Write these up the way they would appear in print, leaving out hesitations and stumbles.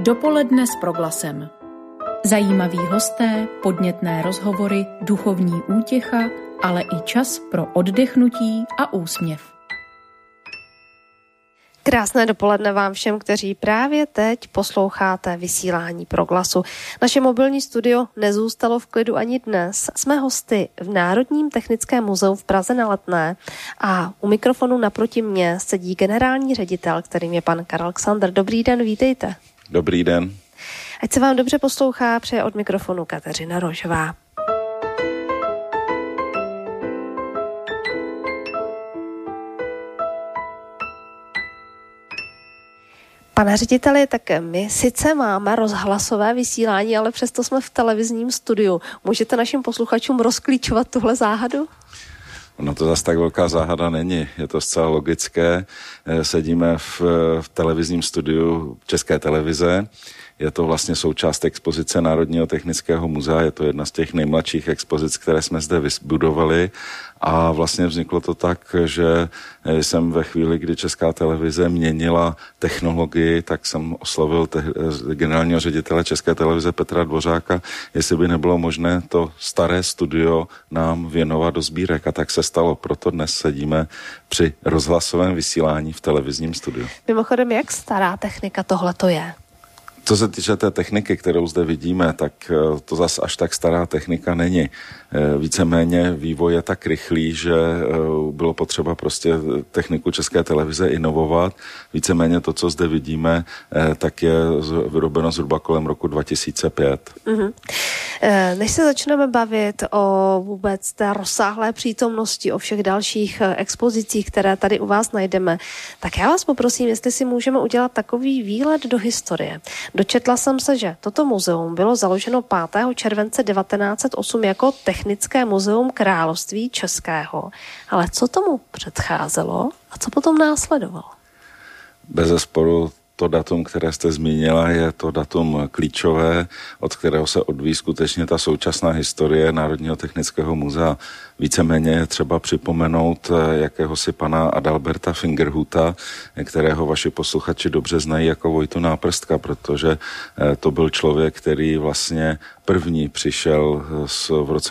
Dopoledne s Proglasem. Zajímaví hosté, podnětné rozhovory, duchovní útěcha, ale i čas pro oddechnutí a úsměv. Krásné dopoledne vám všem, kteří právě teď posloucháte vysílání Proglasu. Naše mobilní studio nezůstalo v klidu ani dnes. Jsme hosty v Národním technickém muzeu v Praze na Letné a u mikrofonu naproti mně sedí generální ředitel, kterým je pan Karel Xander. Dobrý den, vítejte. Dobrý den. Ať se vám dobře poslouchá, přeje od mikrofonu Kateřina Rožová. Pane řediteli, tak my sice máme rozhlasové vysílání, ale přesto jsme v televizním studiu. Můžete našim posluchačům rozklíčovat tuhle záhadu? No to zase tak velká záhada není. Je to zcela logické. Sedíme v televizním studiu České televize. Je to vlastně součást expozice Národního technického muzea. Je to jedna z těch nejmladších expozic, které jsme zde vybudovali. A vlastně vzniklo to tak, že jsem ve chvíli, kdy Česká televize měnila technologii, tak jsem oslovil generálního ředitele České televize Petra Dvořáka, jestli by nebylo možné to staré studio nám věnovat do sbírek. A tak se stalo. Proto dnes sedíme při rozhlasovém vysílání v televizním studiu. Mimochodem, jak stará technika tohleto je? Co se týče té techniky, kterou zde vidíme, tak to zas až tak stará technika není. Víceméně vývoj je tak rychlý, že bylo potřeba prostě techniku České televize inovovat. Víceméně to, co zde vidíme, tak je vyrobeno zhruba kolem roku 2005. Mm-hmm. Než se začneme bavit o vůbec té rozsáhlé přítomnosti, o všech dalších expozicích, které tady u vás najdeme, tak já vás poprosím, jestli si můžeme udělat takový výlet do historie. Dočetla jsem se, že toto muzeum bylo založeno 5. července 1908 jako Technické muzeum Království Českého. Ale co tomu předcházelo a co potom následovalo? Bezesporu to datum, které jste zmínila, je to datum klíčové, od kterého se odvíjí skutečně ta současná historie Národního technického muzea. Víceméně je třeba připomenout jakéhosi pana Adalberta Fingerhuta, kterého vaši posluchači dobře znají jako Vojtu Náprstka, protože to byl člověk, který vlastně první přišel v roce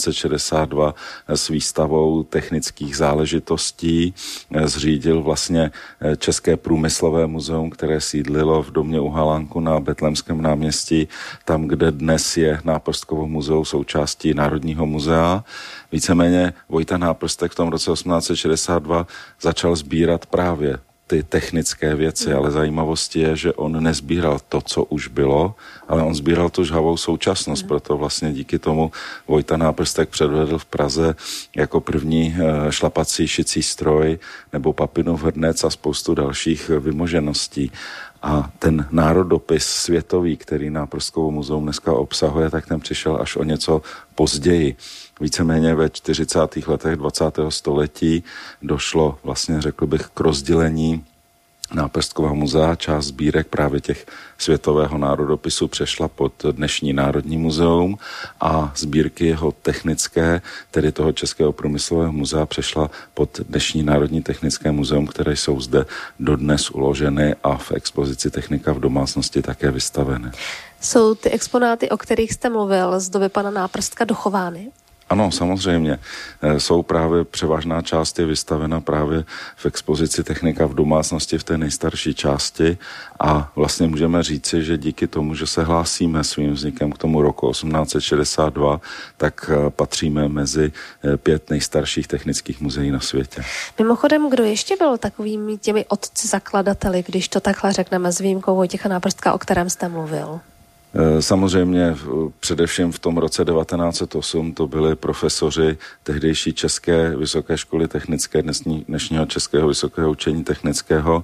1862 s výstavou technických záležitostí, zřídil vlastně České průmyslové muzeum, které sídlilo v domě u Halánku na Betlémském náměstí, tam, kde dnes je Náprstkovo muzeum součástí Národního muzea. Víceméně Vojta Náprstek v tom roce 1862 začal sbírat právě ty technické věci, ale zajímavostí je, že on nezbíral to, co už bylo, ale on sbíral tu žhavou současnost, proto vlastně díky tomu Vojta Náprstek předvedl v Praze jako první šlapací šicí stroj nebo Papinův hrnec a spoustu dalších vymožeností. A ten národopis světový, který Náprstkovo muzeum dneska obsahuje, tak ten přišel až o něco později. Víceméně ve 40. letech 20. století došlo vlastně, řekl bych, k rozdělení Náprstkového muzea. Část sbírek právě těch světového národopisu přešla pod dnešní Národní muzeum a sbírky jeho technické, tedy toho Českého průmyslového muzea, přešla pod dnešní Národní technické muzeum, které jsou zde dodnes uloženy a v expozici Technika v domácnosti také vystaveny. Jsou ty exponáty, o kterých jste mluvil, z doby pana Náprstka dochovány? Ano, samozřejmě. Jsou právě převážná část je vystavena právě v expozici Technika v domácnosti v té nejstarší části a vlastně můžeme říci, že díky tomu, že se hlásíme svým vznikem k tomu roku 1862, tak patříme mezi 5 nejstarších technických muzeí na světě. Mimochodem, kdo ještě byl takovými těmi otci zakladateli, když to takhle řekneme, s výjimkou Vojtěcha Náprstka, o kterém jste mluvil? Samozřejmě především v tom roce 1908 to byli profesoři tehdejší České vysoké školy technické, dnešního Českého vysokého učení technického.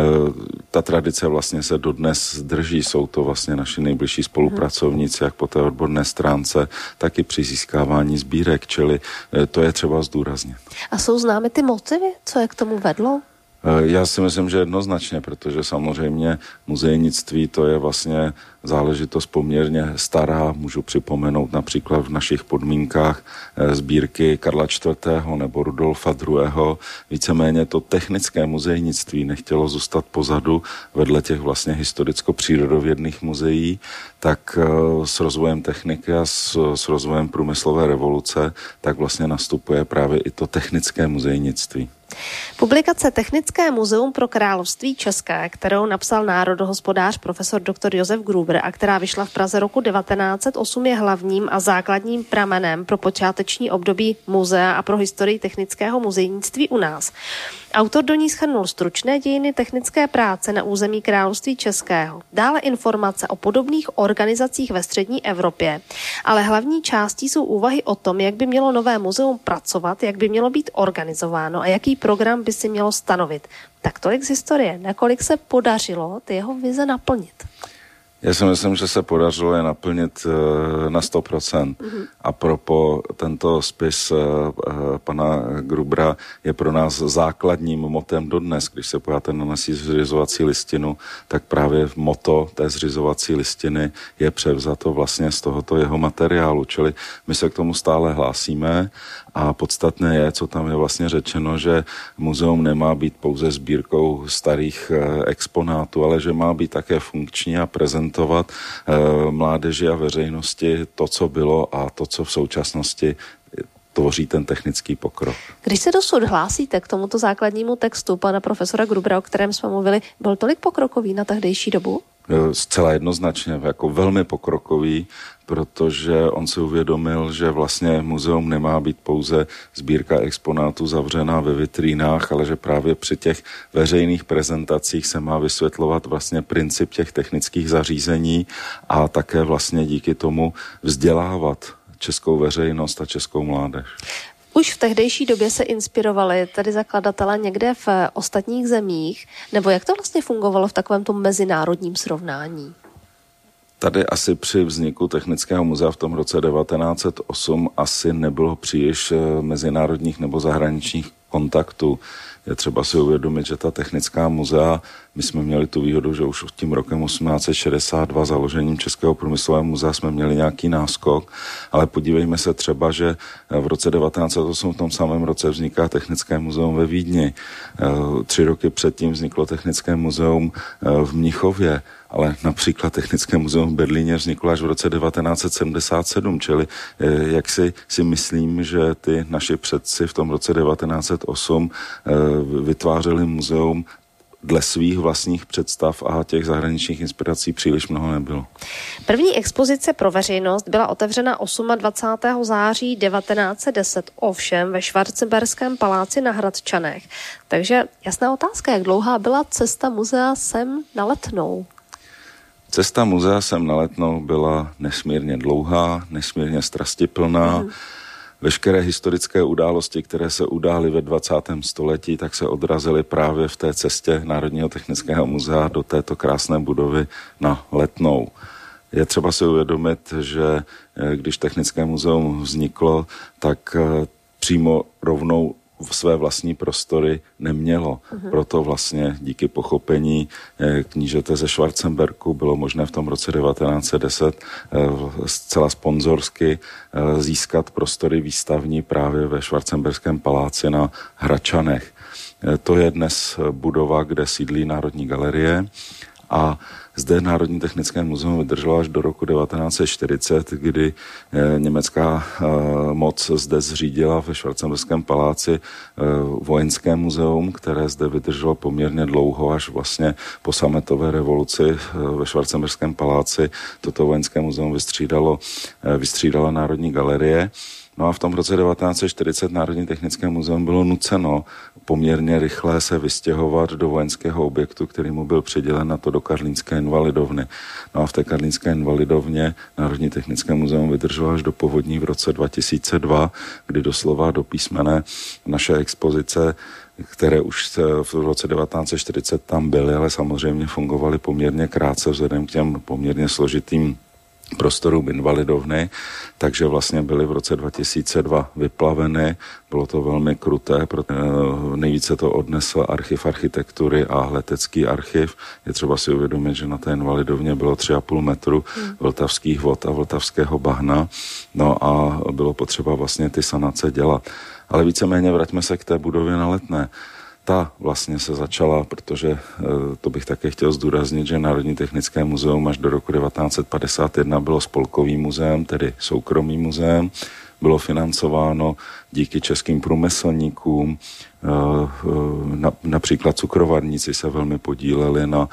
Ta tradice vlastně se dodnes drží, jsou to vlastně naši nejbližší spolupracovníci, jak po té odborné stránce, tak i při získávání sbírek, čili to je třeba zdůraznit. A jsou známy ty motivy, co je k tomu vedlo? Já si myslím, že jednoznačně, protože samozřejmě muzejnictví to je vlastně záležitost poměrně stará. Můžu připomenout například v našich podmínkách sbírky Karla IV. Nebo Rudolfa II. Víceméně to technické muzejnictví nechtělo zůstat pozadu vedle těch vlastně historicko-přírodovědných muzeí, tak s rozvojem techniky a s rozvojem průmyslové revoluce tak vlastně nastupuje právě i to technické muzejnictví. Publikace Technické muzeum pro království české, kterou napsal národohospodář profesor dr. Josef Gruber a která vyšla v Praze roku 1908, je hlavním a základním pramenem pro počáteční období muzea a pro historii technického muzejnictví u nás. Autor do ní shrnul stručné dějiny technické práce na území království českého, dále informace o podobných organizacích ve střední Evropě, ale hlavní částí jsou úvahy o tom, jak by mělo nové muzeum pracovat, jak by mělo být organizováno a jaký program by si mělo stanovit. Tak tolik z historie. Nakolik se podařilo ty jeho vize naplnit? Já si myslím, že se podařilo je naplnit na 100%. A propo tento spis pana Grubera je pro nás základním motem dodnes. Když se podíváte na naši zřizovací listinu, tak právě moto té zřizovací listiny je převzato vlastně z tohoto jeho materiálu. Čili my se k tomu stále hlásíme a podstatné je, co tam je vlastně řečeno, že muzeum nemá být pouze sbírkou starých exponátů, ale že má být také funkční a prezentovat mládeži a veřejnosti to, co bylo a to, co v současnosti tvoří ten technický pokrok. Když se dosud hlásíte k tomuto základnímu textu pana profesora Grubera, o kterém jsme mluvili, byl tolik pokrokový na tehdejší dobu? Zcela jednoznačně, jako velmi pokrokový, protože on si uvědomil, že vlastně muzeum nemá být pouze sbírka exponátů zavřená ve vitrínách, ale že právě při těch veřejných prezentacích se má vysvětlovat vlastně princip těch technických zařízení a také vlastně díky tomu vzdělávat českou veřejnost a českou mládež. Už v tehdejší době se inspirovali tady zakladatelé někde v ostatních zemích, nebo jak to vlastně fungovalo v takovém tom mezinárodním srovnání? Tady asi při vzniku Technického muzea v tom roce 1908 asi nebylo příliš mezinárodních nebo zahraničních kontaktů. Je třeba si uvědomit, že ta Technická muzea, my jsme měli tu výhodu, že už tím rokem 1862 založením Českého průmyslového muzea jsme měli nějaký náskok, ale podívejme se třeba, že v roce 1908 v tom samém roce vzniká Technické muzeum ve Vídni. 3 roky předtím vzniklo Technické muzeum v Mnichově, ale například Technické muzeum v Berlíně vzniklo až v roce 1977, čili jak si myslím, že ty naši předci v tom roce 1908 vytvářeli muzeum dle svých vlastních představ a těch zahraničních inspirací příliš mnoho nebylo. První expozice pro veřejnost byla otevřena 28. září 1910, ovšem ve Schwarzenberském paláci na Hradčanech. Takže jasná otázka, jak dlouhá byla cesta muzea sem na Letnou? Cesta muzea sem na Letnou byla nesmírně dlouhá, nesmírně strastiplná. Veškeré historické události, které se udály ve 20. století, tak se odrazily právě v té cestě Národního technického muzea do této krásné budovy na Letnou. Je třeba si uvědomit, že když Technické muzeum vzniklo, tak přímo rovnou v své vlastní prostory nemělo. Proto vlastně díky pochopení knížete ze Schwarzenberku bylo možné v tom roce 1910 zcela sponzorsky získat prostory výstavní právě ve Schwarzenberském paláci na Hradčanech. To je dnes budova, kde sídlí Národní galerie a zde Národní technické muzeum vydrželo až do roku 1940, kdy německá moc zde zřídila ve Schwarzenberském paláci vojenské muzeum, které zde vydrželo poměrně dlouho, až vlastně po sametové revoluci ve Schwarzenberském paláci toto vojenské muzeum vystřídala Národní galerie. No a v tom roce 1940 Národní technické muzeum bylo nuceno poměrně rychle se vystěhovat do vojenského objektu, který mu byl přidělen, na to do Karlínské invalidovny. No a v té Karlínské invalidovně Národní technické muzeum vydrželo až do povodní v roce 2002, kdy doslova do písmene naše expozice, které už v roce 1940 tam byly, ale samozřejmě fungovaly poměrně krátce vzhledem k těm poměrně složitým prostorům Invalidovny, takže vlastně byly v roce 2002 vyplaveny. Bylo to velmi kruté, protože nejvíce to odnesl archiv architektury a letecký archiv. Je třeba si uvědomit, že na té Invalidovně bylo 3,5 metru vltavských vod a vltavského bahna. No a bylo potřeba vlastně ty sanace dělat. Ale víceméně vraťme se k té budově na Letné. Ta vlastně se začala, protože to bych také chtěl zdůraznit, že Národní technické muzeum až do roku 1951 bylo spolkovým muzeem, tedy soukromým muzeem. Bylo financováno díky českým průmyslníkům, například cukrovarníci se velmi podíleli na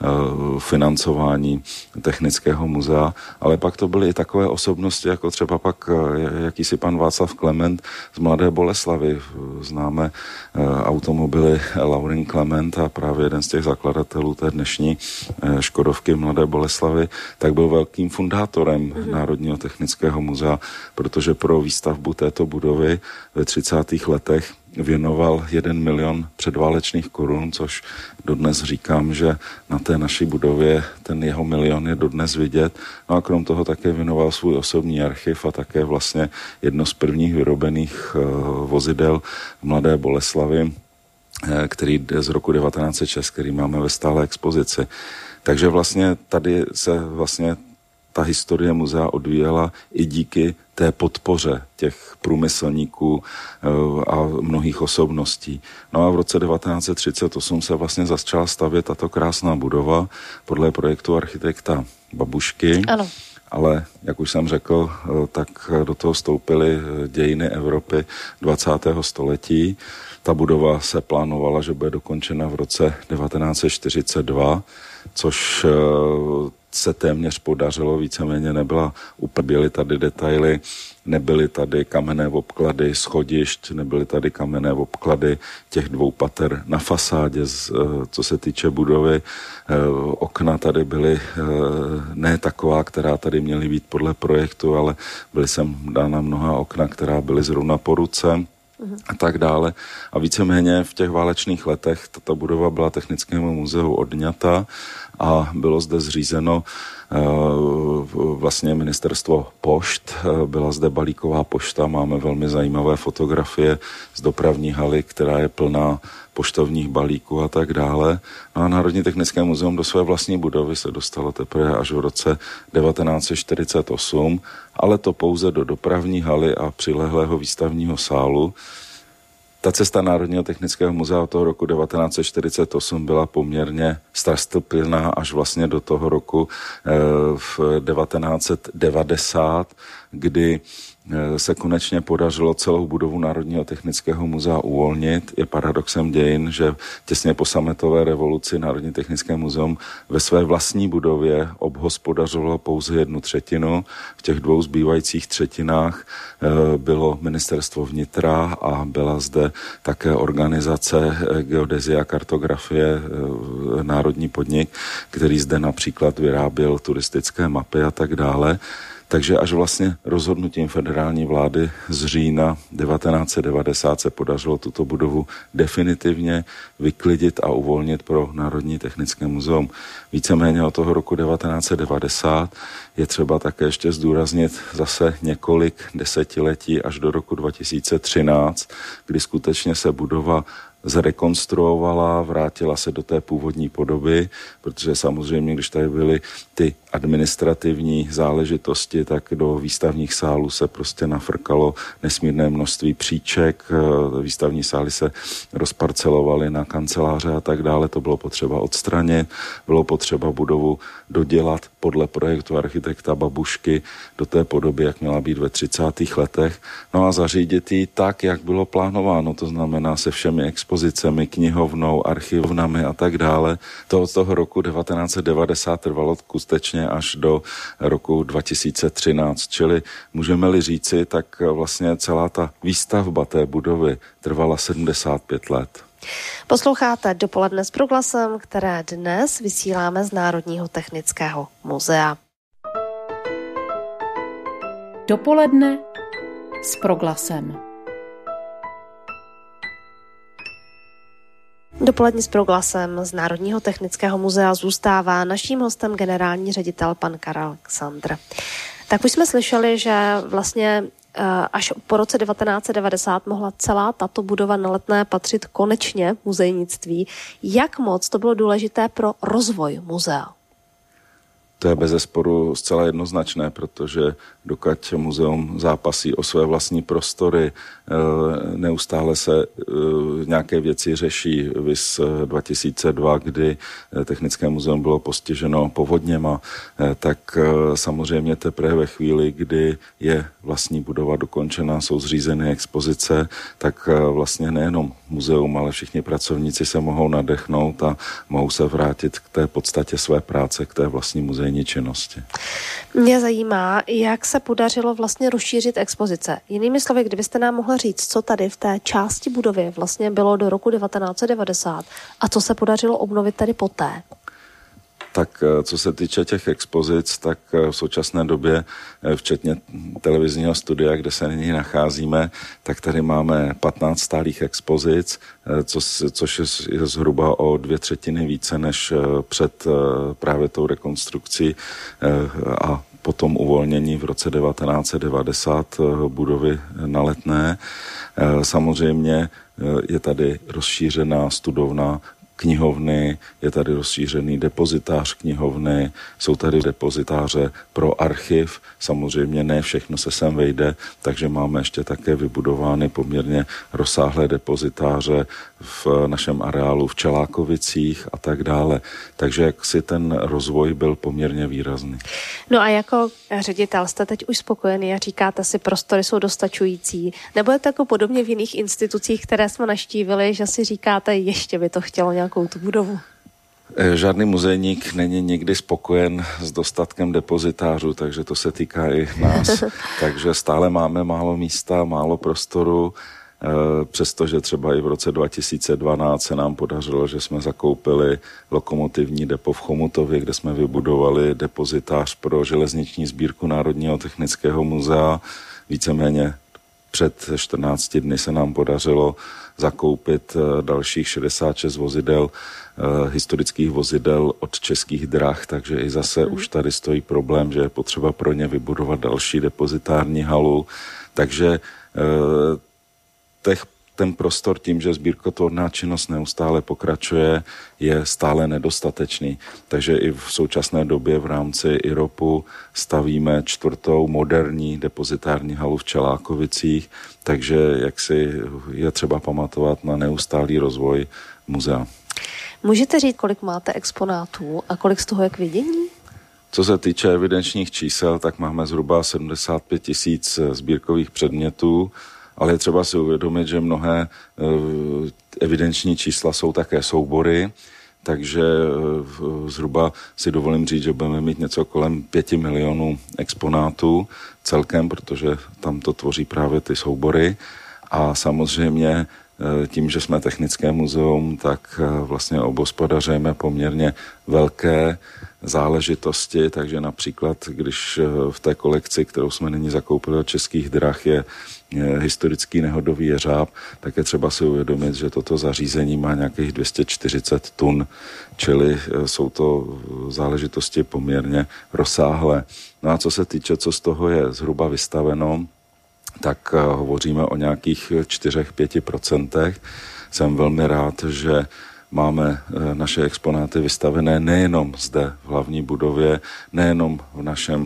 financování technického muzea, ale pak to byly i takové osobnosti, jako třeba pak jakýsi pan Václav Klement z Mladé Boleslavi. Známe automobily Laurin Klement a právě jeden z těch zakladatelů té dnešní Škodovky Mladé Boleslavy, tak byl velkým fundátorem Národního technického muzea, protože pro výstavbu této budovy ve 30. letech věnoval 1 milion předválečných korun, což dodnes říkám, že na té naší budově ten jeho milion je dodnes vidět. No a krom toho také věnoval svůj osobní archiv a také vlastně jedno z prvních vyrobených vozidel v Mladé Boleslavi, který z roku 1906, který máme ve stále expozici. Takže vlastně tady se vlastně ta historie muzea odvíjela i díky té podpoře těch průmyslníků a mnohých osobností. No a v roce 1938 se vlastně začala stavět tato krásná budova podle projektu architekta Babušky. Ano. Ale, jak už jsem řekl, tak do toho vstoupily dějiny Evropy 20. století. Ta budova se plánovala, že bude dokončena v roce 1942, což se téměř podařilo, víceméně nebyla, byly tady detaily, nebyly tady kamenné obklady schodišť, nebyly tady kamenné obklady těch 2 pater na fasádě, co se týče budovy. Okna tady byly ne taková, která tady měly být podle projektu, ale byly sem dána mnoha okna, která byly zrovna po ruce a tak dále. A víceméně v těch válečných letech tato budova byla Technickému muzeu odňata a bylo zde zřízeno vlastně ministerstvo pošt, byla zde balíková pošta, máme velmi zajímavé fotografie z dopravní haly, která je plná poštovních balíků a tak dále. No a Národní technické muzeum do své vlastní budovy se dostalo teprve až v roce 1948, ale to pouze do dopravní haly a přilehlého výstavního sálu. Ta cesta Národního technického muzea od toho roku 1948 byla poměrně strastoplná až vlastně do toho roku v 1990, kdy se konečně podařilo celou budovu Národního technického muzea uvolnit. Je paradoxem dějin, že těsně po sametové revoluci Národní technické muzeum ve své vlastní budově obhospodařovalo pouze 1/3. V těch 2 zbývajících třetinách bylo ministerstvo vnitra a byla zde také organizace geodezie a kartografie, národní podnik, který zde například vyráběl turistické mapy a tak dále. Takže až vlastně rozhodnutím federální vlády z října 1990 se podařilo tuto budovu definitivně vyklidit a uvolnit pro Národní technické muzeum. Víceméně od toho roku 1990 je třeba také ještě zdůraznit zase několik desetiletí až do roku 2013, kdy skutečně se budova zrekonstruovala, vrátila se do té původní podoby, protože samozřejmě, když tady byly ty administrativní záležitosti, tak do výstavních sálů se prostě nafrkalo nesmírné množství příček, výstavní sály se rozparcelovaly na kanceláře a tak dále, to bylo potřeba odstranit, bylo potřeba budovu dodělat podle projektu architekta Babušky do té podoby, jak měla být ve 30. letech, no a zařídit ji tak, jak bylo plánováno, to znamená se všemi expozicemi, knihovnou, archivnami a tak dále. To od toho roku 1990 trvalo skutečně až do roku 2013, čili můžeme-li říci, tak vlastně celá ta výstavba té budovy trvala 75 let. Posloucháte Dopoledne s Proglasem, které dnes vysíláme z Národního technického muzea. Dopoledne s Proglasem. Dopolední s Proglasem z Národního technického muzea zůstává naším hostem generální ředitel pan Karel Ksandr. Tak už jsme slyšeli, že vlastně až po roce 1990 mohla celá tato budova na Letné patřit konečně muzejnictví. Jak moc to bylo důležité pro rozvoj muzea? To je bezesporu zcela jednoznačné, protože dokud muzeum zápasí o své vlastní prostory, neustále se nějaké věci řeší. Viz 2002, kdy Technické muzeum bylo postiženo povodněma, tak samozřejmě teprve ve chvíli, kdy je vlastní budova dokončena, jsou zřízeny expozice, tak vlastně nejenom muzeum, ale všichni pracovníci se mohou nadechnout a mohou se vrátit k té podstatě své práce, k té vlastní muzejní činnosti. Mě zajímá, jak se podařilo vlastně rozšířit expozice. Jinými slovy, kdybyste nám mohla říct, co tady v té části budovy vlastně bylo do roku 1990 a co se podařilo obnovit tady poté? Tak co se týče těch expozic, tak v současné době, včetně televizního studia, kde se nyní nacházíme, tak tady máme 15 stálých expozic, což je zhruba o 2/3 více než před právě tou rekonstrukcí a potom uvolnění v roce 1990 budovy na Letné. Samozřejmě je tady rozšířená studovna, knihovny, je tady rozšířený depozitář knihovny, jsou tady depozitáře pro archiv, samozřejmě ne všechno se sem vejde, takže máme ještě také vybudovány poměrně rozsáhlé depozitáře v našem areálu v Čelákovicích a tak dále. Takže jaksi ten rozvoj byl poměrně výrazný. No a jako ředitel jste teď už spokojený a říkáte si, prostory jsou dostačující? Nebo je to jako podobně v jiných institucích, které jsme navštívili, že si říkáte, ještě by to chtělo nějakou tu budovu? Žádný muzejník není nikdy spokojen s dostatkem depozitářů, takže to se týká i nás. Takže stále máme málo místa, málo prostoru, přestože třeba i v roce 2012 se nám podařilo, že jsme zakoupili lokomotivní depo v Chomutově, kde jsme vybudovali depozitář pro železniční sbírku Národního technického muzea. Víceméně před 14 dny se nám podařilo zakoupit dalších 66 vozidel, historických vozidel od Českých drah, takže i zase už tady stojí problém, že je potřeba pro ně vybudovat další depozitární halu. Takže ten prostor tím, že sbírkotvorná činnost neustále pokračuje, je stále nedostatečný. Takže i v současné době v rámci IROPu stavíme 4. moderní depozitární halu v Čelákovicích, takže jaksi je třeba pamatovat na neustálý rozvoj muzea. Můžete říct, kolik máte exponátů a kolik z toho je k vidění? Co se týče evidenčních čísel, tak máme zhruba 75 000 sbírkových předmětů, ale je třeba si uvědomit, že mnohé evidenční čísla jsou také soubory, takže zhruba si dovolím říct, že budeme mít něco kolem 5 milionů exponátů celkem, protože tam to tvoří právě ty soubory. A samozřejmě tím, že jsme Technické muzeum, tak vlastně obhospodařujeme poměrně velké záležitosti, takže například, když v té kolekci, kterou jsme nyní zakoupili od Českých drah, je historický nehodový jeřáb, tak je třeba si uvědomit, že toto zařízení má nějakých 240 tun, čili jsou to záležitosti poměrně rozsáhlé. No a co se týče, co z toho je zhruba vystaveno, tak hovoříme o nějakých 4-5%. Jsem velmi rád, že máme naše exponáty vystavené nejenom zde v hlavní budově, nejenom v našem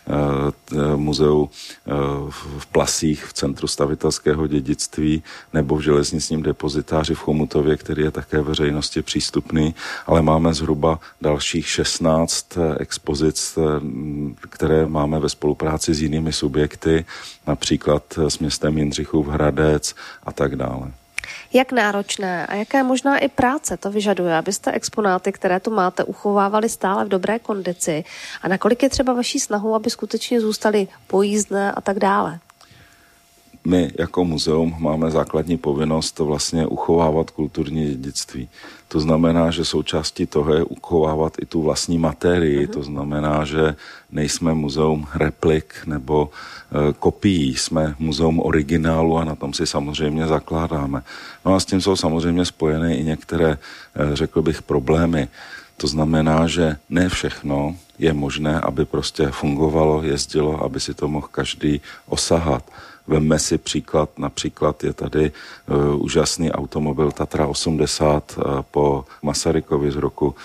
muzeu v Plasích v Centru stavitelského dědictví nebo v železničním depozitáři v Chomutově, který je také veřejnosti přístupný, ale máme zhruba dalších 16 expozic, které máme ve spolupráci s jinými subjekty, například s městem Jindřichův Hradec a tak dále. Jak náročné a jaké možná i práce to vyžaduje, abyste exponáty, které tu máte, uchovávali stále v dobré kondici a nakolik je třeba vaší snahou, aby skutečně zůstaly pojízdné a tak dále? my jako muzeum máme základní povinnost vlastně uchovávat kulturní dědictví. To znamená, že součástí toho je uchovávat i tu vlastní materii. To znamená, že nejsme muzeum replik nebo kopií, jsme muzeum originálu a na tom si samozřejmě zakládáme. No a s tím jsou samozřejmě spojeny i některé, řekl bych, problémy. To znamená, že ne všechno je možné, aby prostě fungovalo, jezdilo, aby si to mohl každý osahat. Vemme si příklad, například je tady úžasný automobil Tatra 80 po Masarykovi z roku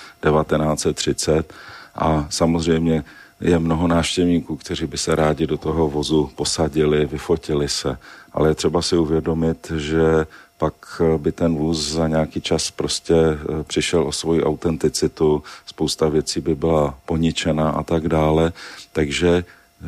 1930 a samozřejmě je mnoho návštěvníků, kteří by se rádi do toho vozu posadili, vyfotili se, ale je třeba si uvědomit, že pak by ten vůz za nějaký čas prostě přišel o svoji autenticitu, spousta věcí by byla poničena a tak dále, takže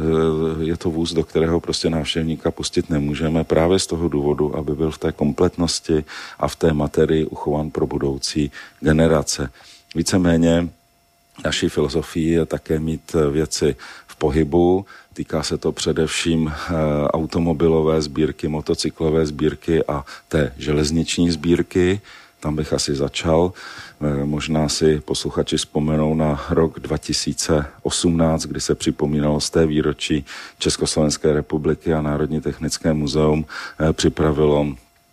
je to vůz, do kterého prostě návštěvníka pustit nemůžeme právě z toho důvodu, aby byl v té kompletnosti a v té materii uchován pro budoucí generace. Víceméně naší filozofii je také mít věci v pohybu. Týká se to především automobilové sbírky, motocyklové sbírky a té železniční sbírky. Tam bych asi začal. Možná si posluchači vzpomenou na rok 2018, kdy se připomínalo z té výročí Československé republiky a Národní technické muzeum připravilo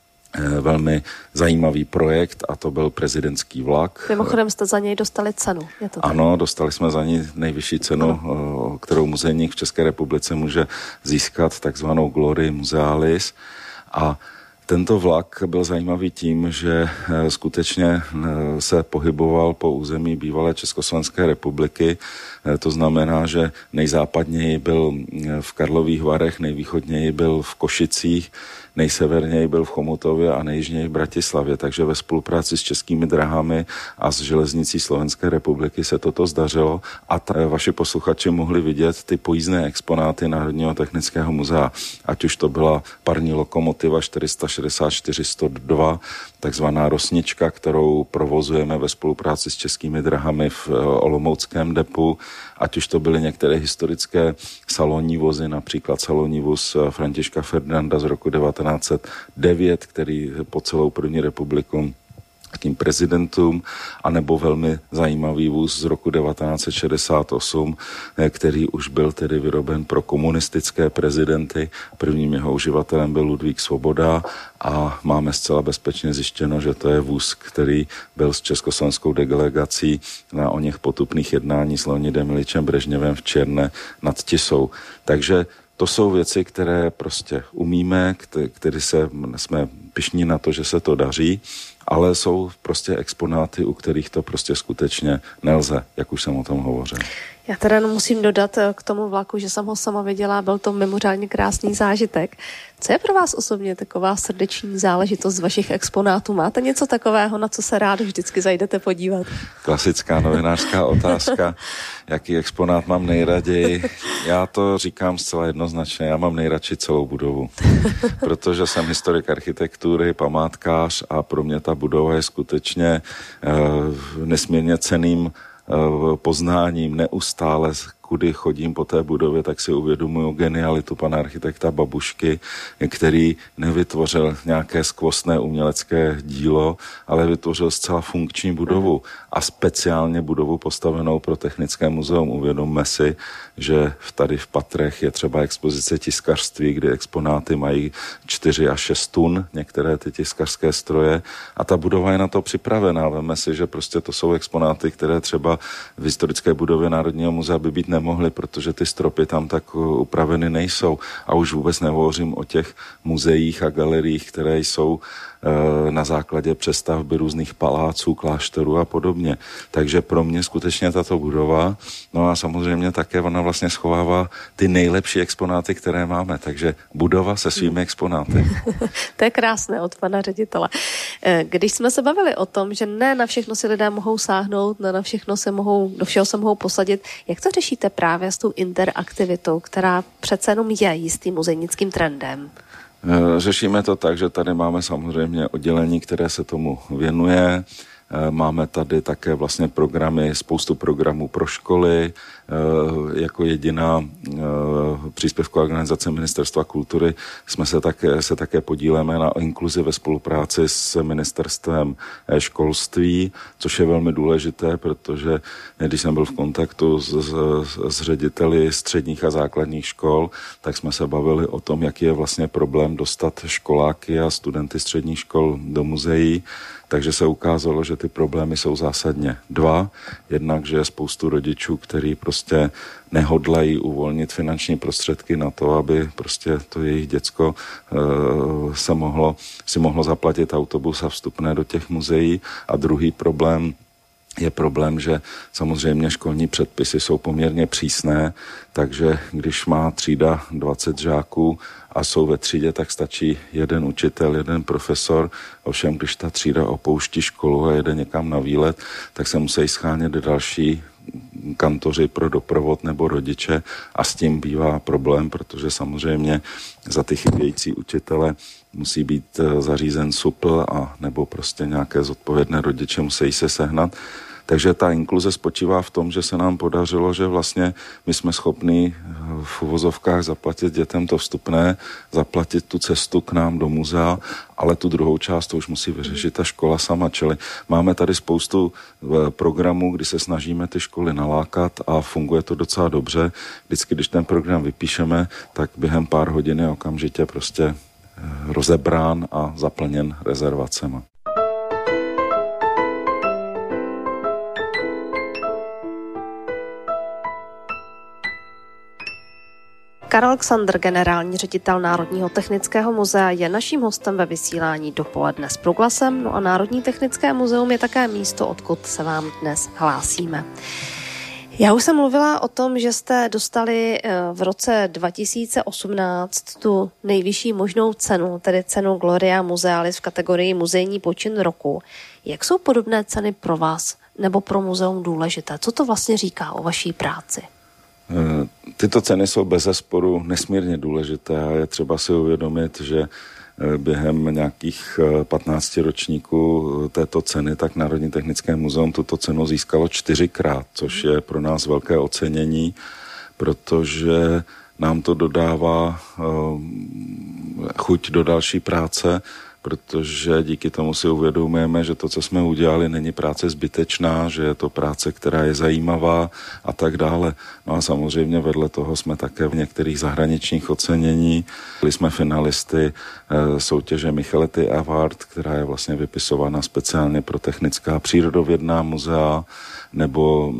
velmi zajímavý projekt a to byl prezidentský vlak. Mimochodem jste za něj dostali cenu, je to tak? Ano, dostali jsme za něj nejvyšší cenu, kterou muzejník v České republice může získat, takzvanou Glory Musealis. A tento vlak byl zajímavý tím, že skutečně se pohyboval po území bývalé Československé republiky. To znamená, že nejzápadněji byl v Karlových Varech, nejvýchodněji byl v Košicích, nejseverněji byl v Chomutově a nejjižněji v Bratislavě. Takže ve spolupráci s Českými dráhami a s železnicí Slovenské republiky se toto zdařilo a vaši posluchači mohli vidět ty pojízdné exponáty Národního technického muzea. Ať už to byla parní lokomotiva 464-102, takzvaná Rosnička, kterou provozujeme ve spolupráci s Českými dráhami v olomouckém depu, ať už to byly některé historické salonní vozy, například salonní vůz Františka Ferdinanda z roku 1909, který po celou první republiku takým prezidentům, anebo velmi zajímavý vůz z roku 1968, který už byl tedy vyroben pro komunistické prezidenty. Prvním jeho uživatelem byl Ludvík Svoboda a máme zcela bezpečně zjištěno, že to je vůz, který byl s československou delegací na oněch potupných jednání s Leonidem Iličem Brežněvem v Černé nad Tisou. Takže to jsou věci, které prostě umíme, které jsme pyšní na to, že se to daří, ale jsou prostě exponáty, u kterých to prostě skutečně nelze, jak už jsem o tom hovořil. Já teda musím dodat k tomu vlaku, že jsem ho sama viděla, byl to mimořádně krásný zážitek. Co je pro vás osobně taková srdeční záležitost z vašich exponátů? Máte něco takového, na co se rád vždycky zajdete podívat? Klasická novinářská otázka, jaký exponát mám nejraději. Já to říkám zcela jednoznačně, já mám nejradši celou budovu, protože jsem historik architektury, památkář a pro mě ta budova je skutečně nesmírně cenným poznáním. Neustále, kudy chodím po té budově, tak si uvědomuju genialitu pana architekta Babušky, který nevytvořil nějaké skvostné umělecké dílo, ale vytvořil zcela funkční budovu a speciálně budovu postavenou pro Technické muzeum. Uvědomme si, že tady v patrech je třeba expozice tiskařství, kdy exponáty mají 4 až 6 tun, některé ty tiskařské stroje a ta budova je na to připravená. Veme si, že prostě to jsou exponáty, které třeba v historické budově Národního muzea by být nemohly, protože ty stropy tam tak upraveny nejsou. A už vůbec nehovořím o těch muzeích a galeriích, které jsou na základě přestavby různých paláců, klášterů a podobně. Takže pro mě skutečně tato budova, no a samozřejmě také ona vlastně schovává ty nejlepší exponáty, které máme. Takže budova se svými exponáty. To je krásné od pana ředitele. Když jsme se bavili o tom, že ne na všechno si lidé mohou sáhnout, ne na všechno do všeho se mohou posadit, jak to řešíte právě s tou interaktivitou, která přece jenom je jistým muzejnickým trendem? Řešíme to tak, že tady máme samozřejmě oddělení, které se tomu věnuje. Máme tady také vlastně spoustu programů pro školy. Jako jediná příspěvková organizace Ministerstva kultury se také podílíme na inkluzi ve spolupráci s Ministerstvem školství, což je velmi důležité, protože když jsem byl v kontaktu s řediteli středních a základních škol, tak jsme se bavili o tom, jaký je vlastně problém dostat školáky a studenty středních škol do muzeí. Takže se ukázalo, že ty problémy jsou zásadně dva. Jednak, že je spoustu rodičů, kteří prostě nehodlají uvolnit finanční prostředky na to, aby prostě to jejich děcko si mohlo zaplatit autobus a vstupné do těch muzeí. A druhý problém je problém, že samozřejmě školní předpisy jsou poměrně přísné, takže když má třída 20 žáků a jsou ve třídě, tak stačí jeden učitel, jeden profesor. Ovšem, když ta třída opouští školu a jede někam na výlet, tak se musí schánět další kantoři pro doprovod nebo rodiče a s tím bývá problém, protože samozřejmě za ty chybějící učitele musí být zařízen supl a nebo prostě nějaké zodpovědné rodiče musí se sehnat. Takže ta inkluze spočívá v tom, že se nám podařilo, že vlastně my jsme schopni v uvozovkách zaplatit dětem to vstupné, zaplatit tu cestu k nám do muzea, ale tu druhou část to už musí vyřešit ta škola sama. Čili máme tady spoustu programů, kdy se snažíme ty školy nalákat a funguje to docela dobře. Vždycky, když ten program vypíšeme, tak během pár hodin je okamžitě prostě rozebrán a zaplněn rezervacema. Karel Xander, generální ředitel Národního technického muzea, je naším hostem ve vysílání Dopoledne s Proglasem. No a Národní technické muzeum je také místo, odkud se vám dnes hlásíme. Já už jsem mluvila o tom, že jste dostali v roce 2018 tu nejvyšší možnou cenu, tedy cenu Gloria Musealis v kategorii muzejní počin roku. Jak jsou podobné ceny pro vás nebo pro muzeum důležité? Co to vlastně říká o vaší práci? Tyto ceny jsou bezesporu nesmírně důležité a je třeba si uvědomit, že během nějakých 15 ročníků této ceny, tak Národní technické muzeum tuto cenu získalo 4krát, což je pro nás velké ocenění, protože nám to dodává chuť do další práce, protože díky tomu si uvědomujeme, že to, co jsme udělali, není práce zbytečná, že je to práce, která je zajímavá a tak dále. No a samozřejmě vedle toho jsme také v některých zahraničních ocenění. Byli jsme finalisty soutěže Michelety Award, která je vlastně vypisována speciálně pro technická přírodovědná muzea, nebo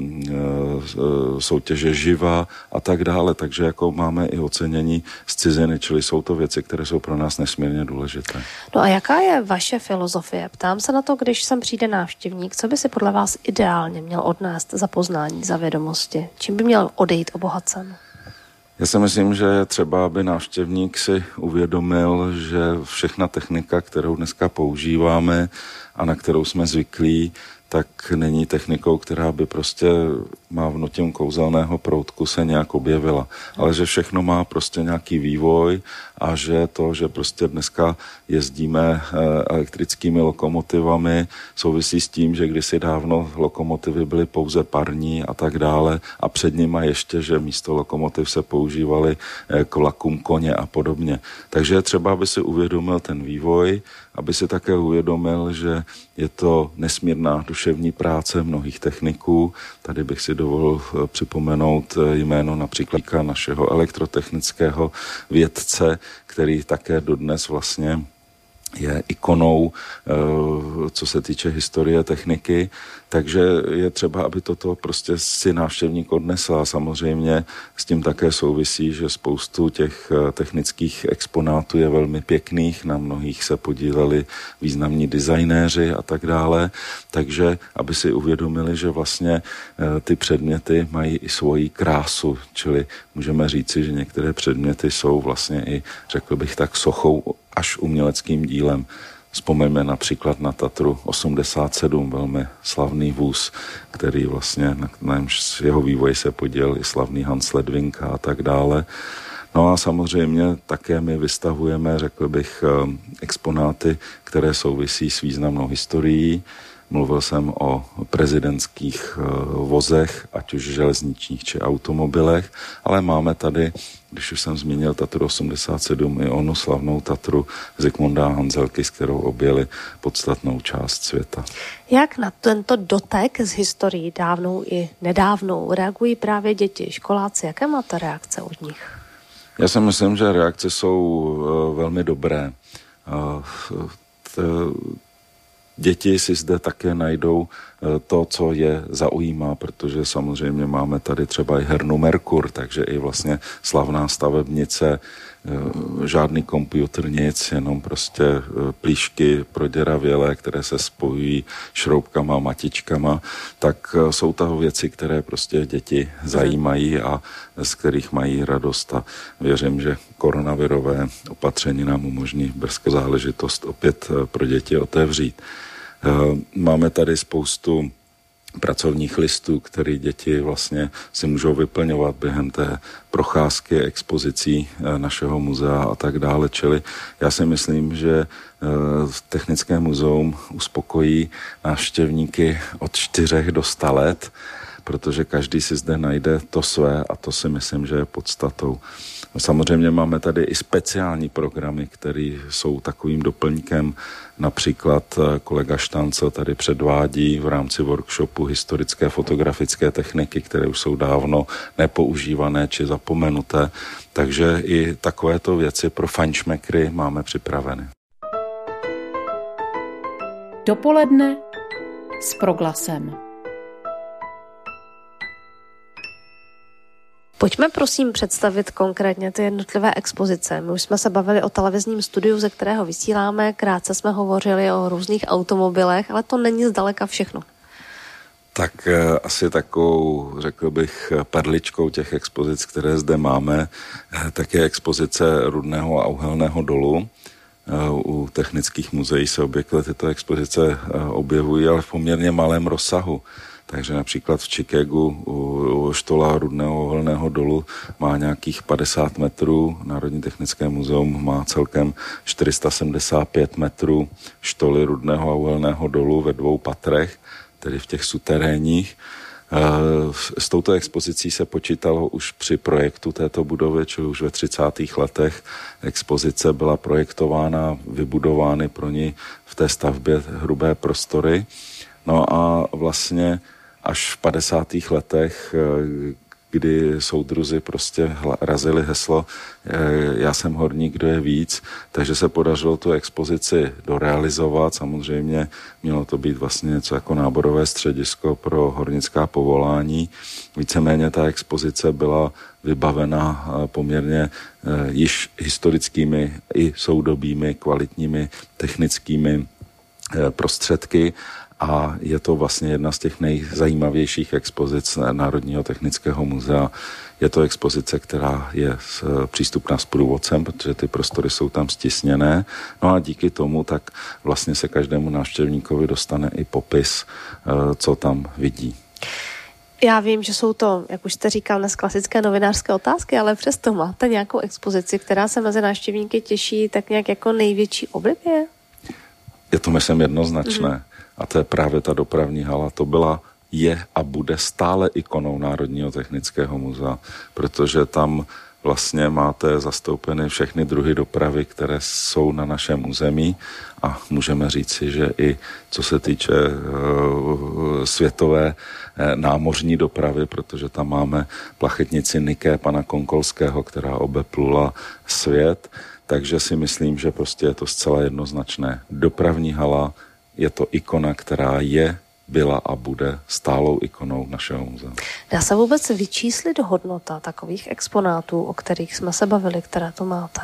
soutěže Živa a tak dále. Takže jako máme i ocenění z ciziny, čili jsou to věci, které jsou pro nás nesmírně důležité. No a jaká je vaše filozofie? Ptám se na to, když sem přijde návštěvník, co by si podle vás ideálně měl odnést za poznání, za vědomosti? Čím by měl odejít obohacen? Já si myslím, že je třeba, aby návštěvník si uvědomil, že všechna technika, kterou dneska používáme a na kterou jsme zvyklí, tak není technikou, která by prostě mávnutím kouzelného proutku se nějak objevila. Ale že všechno má prostě nějaký vývoj a že to, že prostě dneska jezdíme elektrickými lokomotivami, souvisí s tím, že kdysi dávno lokomotivy byly pouze parní a tak dále a před nima ještě, že místo lokomotiv se používaly k vlakům koně a podobně. Takže je třeba, aby si uvědomil ten vývoj, aby si také uvědomil, že je to nesmírná duševní práce mnohých techniků. Tady bych si dovolil připomenout jméno například našeho elektrotechnického vědce, který také dodnes vlastně je ikonou, co se týče historie techniky, takže je třeba, aby toto prostě si návštěvník odnesl a samozřejmě s tím také souvisí, že spoustu těch technických exponátů je velmi pěkných, na mnohých se podíleli významní designéři a tak dále, takže aby si uvědomili, že vlastně ty předměty mají i svoji krásu, čili můžeme říci, že některé předměty jsou vlastně i, řekl bych tak, sochou až uměleckým dílem. Vzpomeňme například na Tatru 87, velmi slavný vůz, který vlastně na jeho vývoji se podílel i slavný Hans Ledvinka a tak dále. No a samozřejmě také my vystavujeme, řekl bych, exponáty, které souvisí s významnou historií. mluvil jsem o prezidentských vozech, ať už železničních či automobilech, ale máme tady, když už jsem zmínil Tatru 87, i onu slavnou Tatru Zikmunda a Hanzelky, s kterou objeli podstatnou část světa. Jak na tento dotek z historií dávnou i nedávnou reagují právě děti, školáci? Jaké máte reakce od nich? Já si myslím, že reakce jsou velmi dobré. Děti si zde také najdou to, co je zaujímá, protože samozřejmě máme tady třeba i hernu Merkur, takže i vlastně slavná stavebnice, žádný počítač, nic, jenom prostě plíšky proděravělé, které se spojují šroubkama, matičkama, tak jsou to věci, které prostě děti zajímají a z kterých mají radost a věřím, že koronavirové opatření nám umožní brzkou záležitost opět pro děti otevřít. Máme tady spoustu pracovních listů, které děti vlastně si můžou vyplňovat během té procházky, expozicí našeho muzea a tak dále. Čili já si myslím, že Technické muzeum uspokojí návštěvníky od 4 do 100 let, protože každý si zde najde to své a to si myslím, že je podstatou. Samozřejmě máme tady i speciální programy, které jsou takovým doplňkem. Například kolega Štancel tady předvádí v rámci workshopu historické fotografické techniky, které už jsou dávno nepoužívané či zapomenuté. Takže i takovéto věci pro fajnšmekry máme připraveny. Dopoledne s Proglasem. Pojďme prosím představit konkrétně ty jednotlivé expozice. My už jsme se bavili o televizním studiu, ze kterého vysíláme, krátce jsme hovořili o různých automobilech, ale to není zdaleka všechno. Tak asi takovou, řekl bych, perličkou těch expozic, které zde máme, tak je expozice Rudného a uhelného dolu. U technických muzeí se obvykle tyto expozice objevují, ale v poměrně malém rozsahu. Takže například v Chicagu u štola Rudného uhelného dolu má nějakých 50 metrů, Národní technické muzeum má celkem 475 metrů štoly Rudného a uhelného dolu ve 2 patrech, tedy v těch suterénních. S touto expozicí se počítalo už při projektu této budovy, čili už ve 30. letech. Expozice byla projektována, vybudovány pro ní v té stavbě hrubé prostory. No a vlastně až v 50. letech, kdy soudruzi prostě razili heslo já jsem horník, kdo je víc, takže se podařilo tu expozici dorealizovat. Samozřejmě mělo to být vlastně něco jako náborové středisko pro hornická povolání. Víceméně ta expozice byla vybavena poměrně již historickými i soudobými kvalitními technickými prostředky. A je to vlastně jedna z těch nejzajímavějších expozic Národního technického muzea. Je to expozice, která je přístupná s průvodcem, protože ty prostory jsou tam stisněné. No a díky tomu tak vlastně se každému návštěvníkovi dostane i popis, co tam vidí. Já vím, že jsou to, jak už jste říkal, dnes klasické novinářské otázky, ale přesto máte nějakou expozici, která se mezi návštěvníky těší tak nějak jako největší oblibě? Je to, myslím, jednoznačné. A to je právě ta dopravní hala. To byla, je a bude stále ikonou Národního technického muzea, protože tam vlastně máte zastoupeny všechny druhy dopravy, které jsou na našem území a můžeme říci, že i co se týče světové námořní dopravy, protože tam máme plachetnici Niké pana Konkolského, která obeplula svět, takže si myslím, že prostě je to zcela jednoznačné. Dopravní hala je to ikona, která byla a bude stálou ikonou našeho muzea. Dá se vůbec vyčíslit hodnota takových exponátů, o kterých jsme se bavili, které to máte?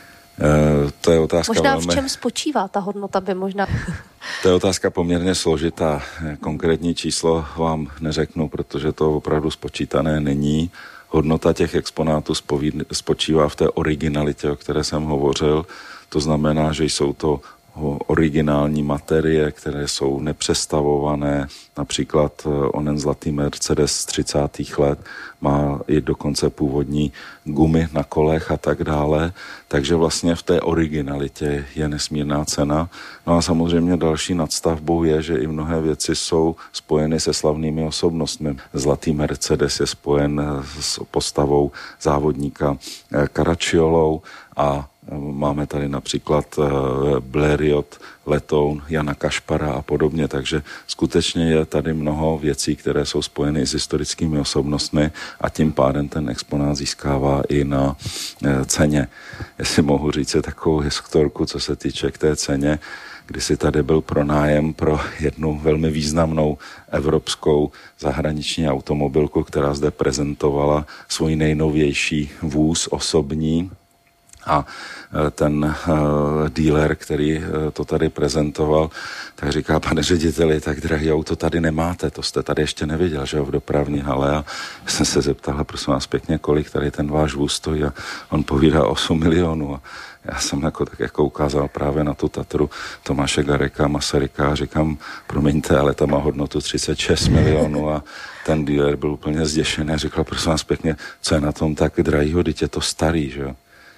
To je otázka možná velmi... v čem spočívá ta hodnota by možná... To je otázka poměrně složitá. Konkrétní číslo vám neřeknu, protože to opravdu spočítané není. Hodnota těch exponátů spočívá v té originalitě, o které jsem hovořil. To znamená, že jsou to originální materie, které jsou nepřestavované. Například onen zlatý Mercedes z 30. let má i dokonce původní gumy na kolech a tak dále. Takže vlastně v té originalitě je nesmírná cena. No a samozřejmě další nadstavbou je, že i mnohé věci jsou spojeny se slavnými osobnostmi. Zlatý Mercedes je spojen s postavou závodníka Caracciolou a máme tady například Blériot, letoun Jana Kašpara a podobně, takže skutečně je tady mnoho věcí, které jsou spojeny s historickými osobnostmi a tím pádem ten exponát získává i na ceně. Jestli mohu říct takovou historku, co se týče k té ceně, kdysi tady byl pronájem pro jednu velmi významnou evropskou zahraniční automobilku, která zde prezentovala svůj nejnovější vůz osobní. A ten dealer, který to tady prezentoval, tak říká, pane řediteli, tak drahý auto tady nemáte, to jste tady ještě neviděl, že jo, v dopravní hale. A jsem se zeptal, prosím vás pěkně, kolik tady ten váš vůz stojí, a on povídá 8 milionů. A já jsem tak ukázal právě na tu Tatru Tomáše Gareka, Masaryka a říkám, promiňte, ale ta má hodnotu 36 milionů a ten dealer byl úplně zděšený a říkal, prosím vás pěkně, co je na tom tak drahýho, teď je to starý, že jo.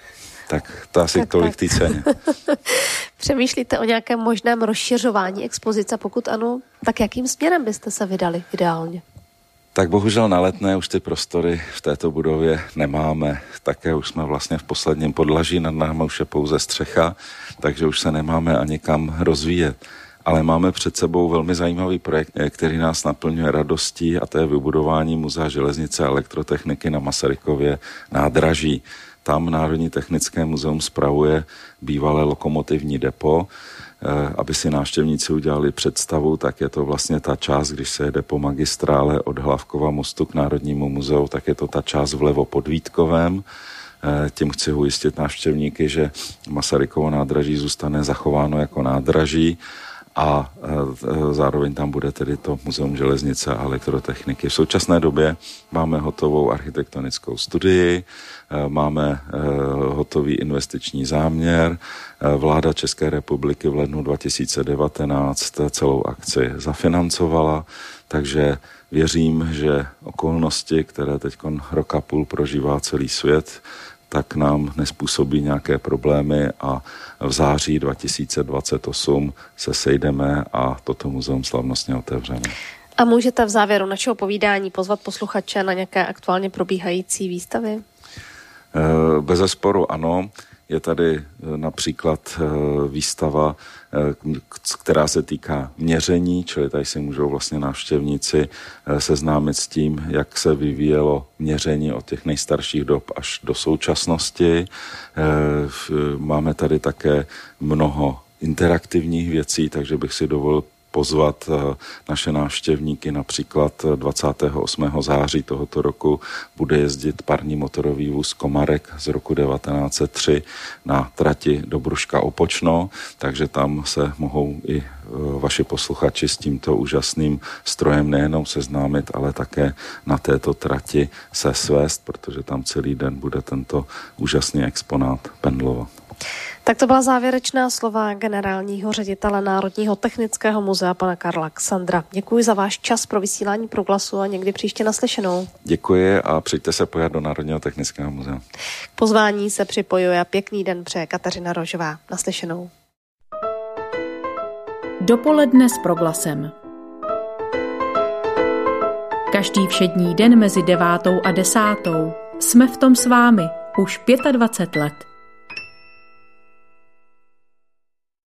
Tak to asi tolik té ceně. Přemýšlíte o nějakém možném rozšiřování expozice? Pokud ano, tak jakým směrem byste se vydali ideálně? Tak bohužel na Letné už ty prostory v této budově nemáme. Také už jsme vlastně v posledním podlaží, nad námi už je pouze střecha, takže už se nemáme ani kam rozvíjet. Ale máme před sebou velmi zajímavý projekt, který nás naplňuje radostí, a to je vybudování Muzea železnice a elektrotechniky na Masarykově nádraží. Tam Národní technické muzeum spravuje bývalé lokomotivní depo. Aby si návštěvníci udělali představu, tak je to vlastně ta část, když se jede po magistrále od Hlavkova mostu k Národnímu muzeu, tak je to ta část vlevo pod Vítkovem. Tím chci ujistit návštěvníky, že Masarykovo nádraží zůstane zachováno jako nádraží a zároveň tam bude tedy to Muzeum železnice a elektrotechniky. V současné době máme hotovou architektonickou studii, máme hotový investiční záměr. Vláda České republiky v lednu 2019 celou akci zafinancovala, takže věřím, že okolnosti, které teď roka půl prožívá celý svět, tak nám nespůsobí nějaké problémy a v září 2028 se sejdeme a toto muzeum slavnostně otevřeme. A můžete v závěru našeho povídání pozvat posluchače na nějaké aktuálně probíhající výstavy? Bezesporu ano. Je tady například výstava, která se týká měření, čili tady si můžou vlastně návštěvníci seznámit s tím, jak se vyvíjelo měření od těch nejstarších dob až do současnosti. Máme tady také mnoho interaktivních věcí, takže bych si dovolil pozvat naše návštěvníky. Například 28. září tohoto roku bude jezdit parní motorový vůz Komarek z roku 1903 na trati Dobruška-Opočno, takže tam se mohou i vaši posluchači s tímto úžasným strojem nejenom seznámit, ale také na této trati se svést, protože tam celý den bude tento úžasný exponát pendlovat. Tak to byla závěrečná slova generálního ředitele Národního technického muzea pana Karla Ksandra. Děkuji za váš čas pro vysílání Proglasu a někdy příště naslyšenou. Děkuji a přijďte se podívat do Národního technického muzea. K pozvání se připojuje a pěkný den přeje Kateřina Rožová. Naslyšenou. Dopoledne s Proglasem. Každý všední den mezi 9. a 10. jsme v tom s vámi už 25 let.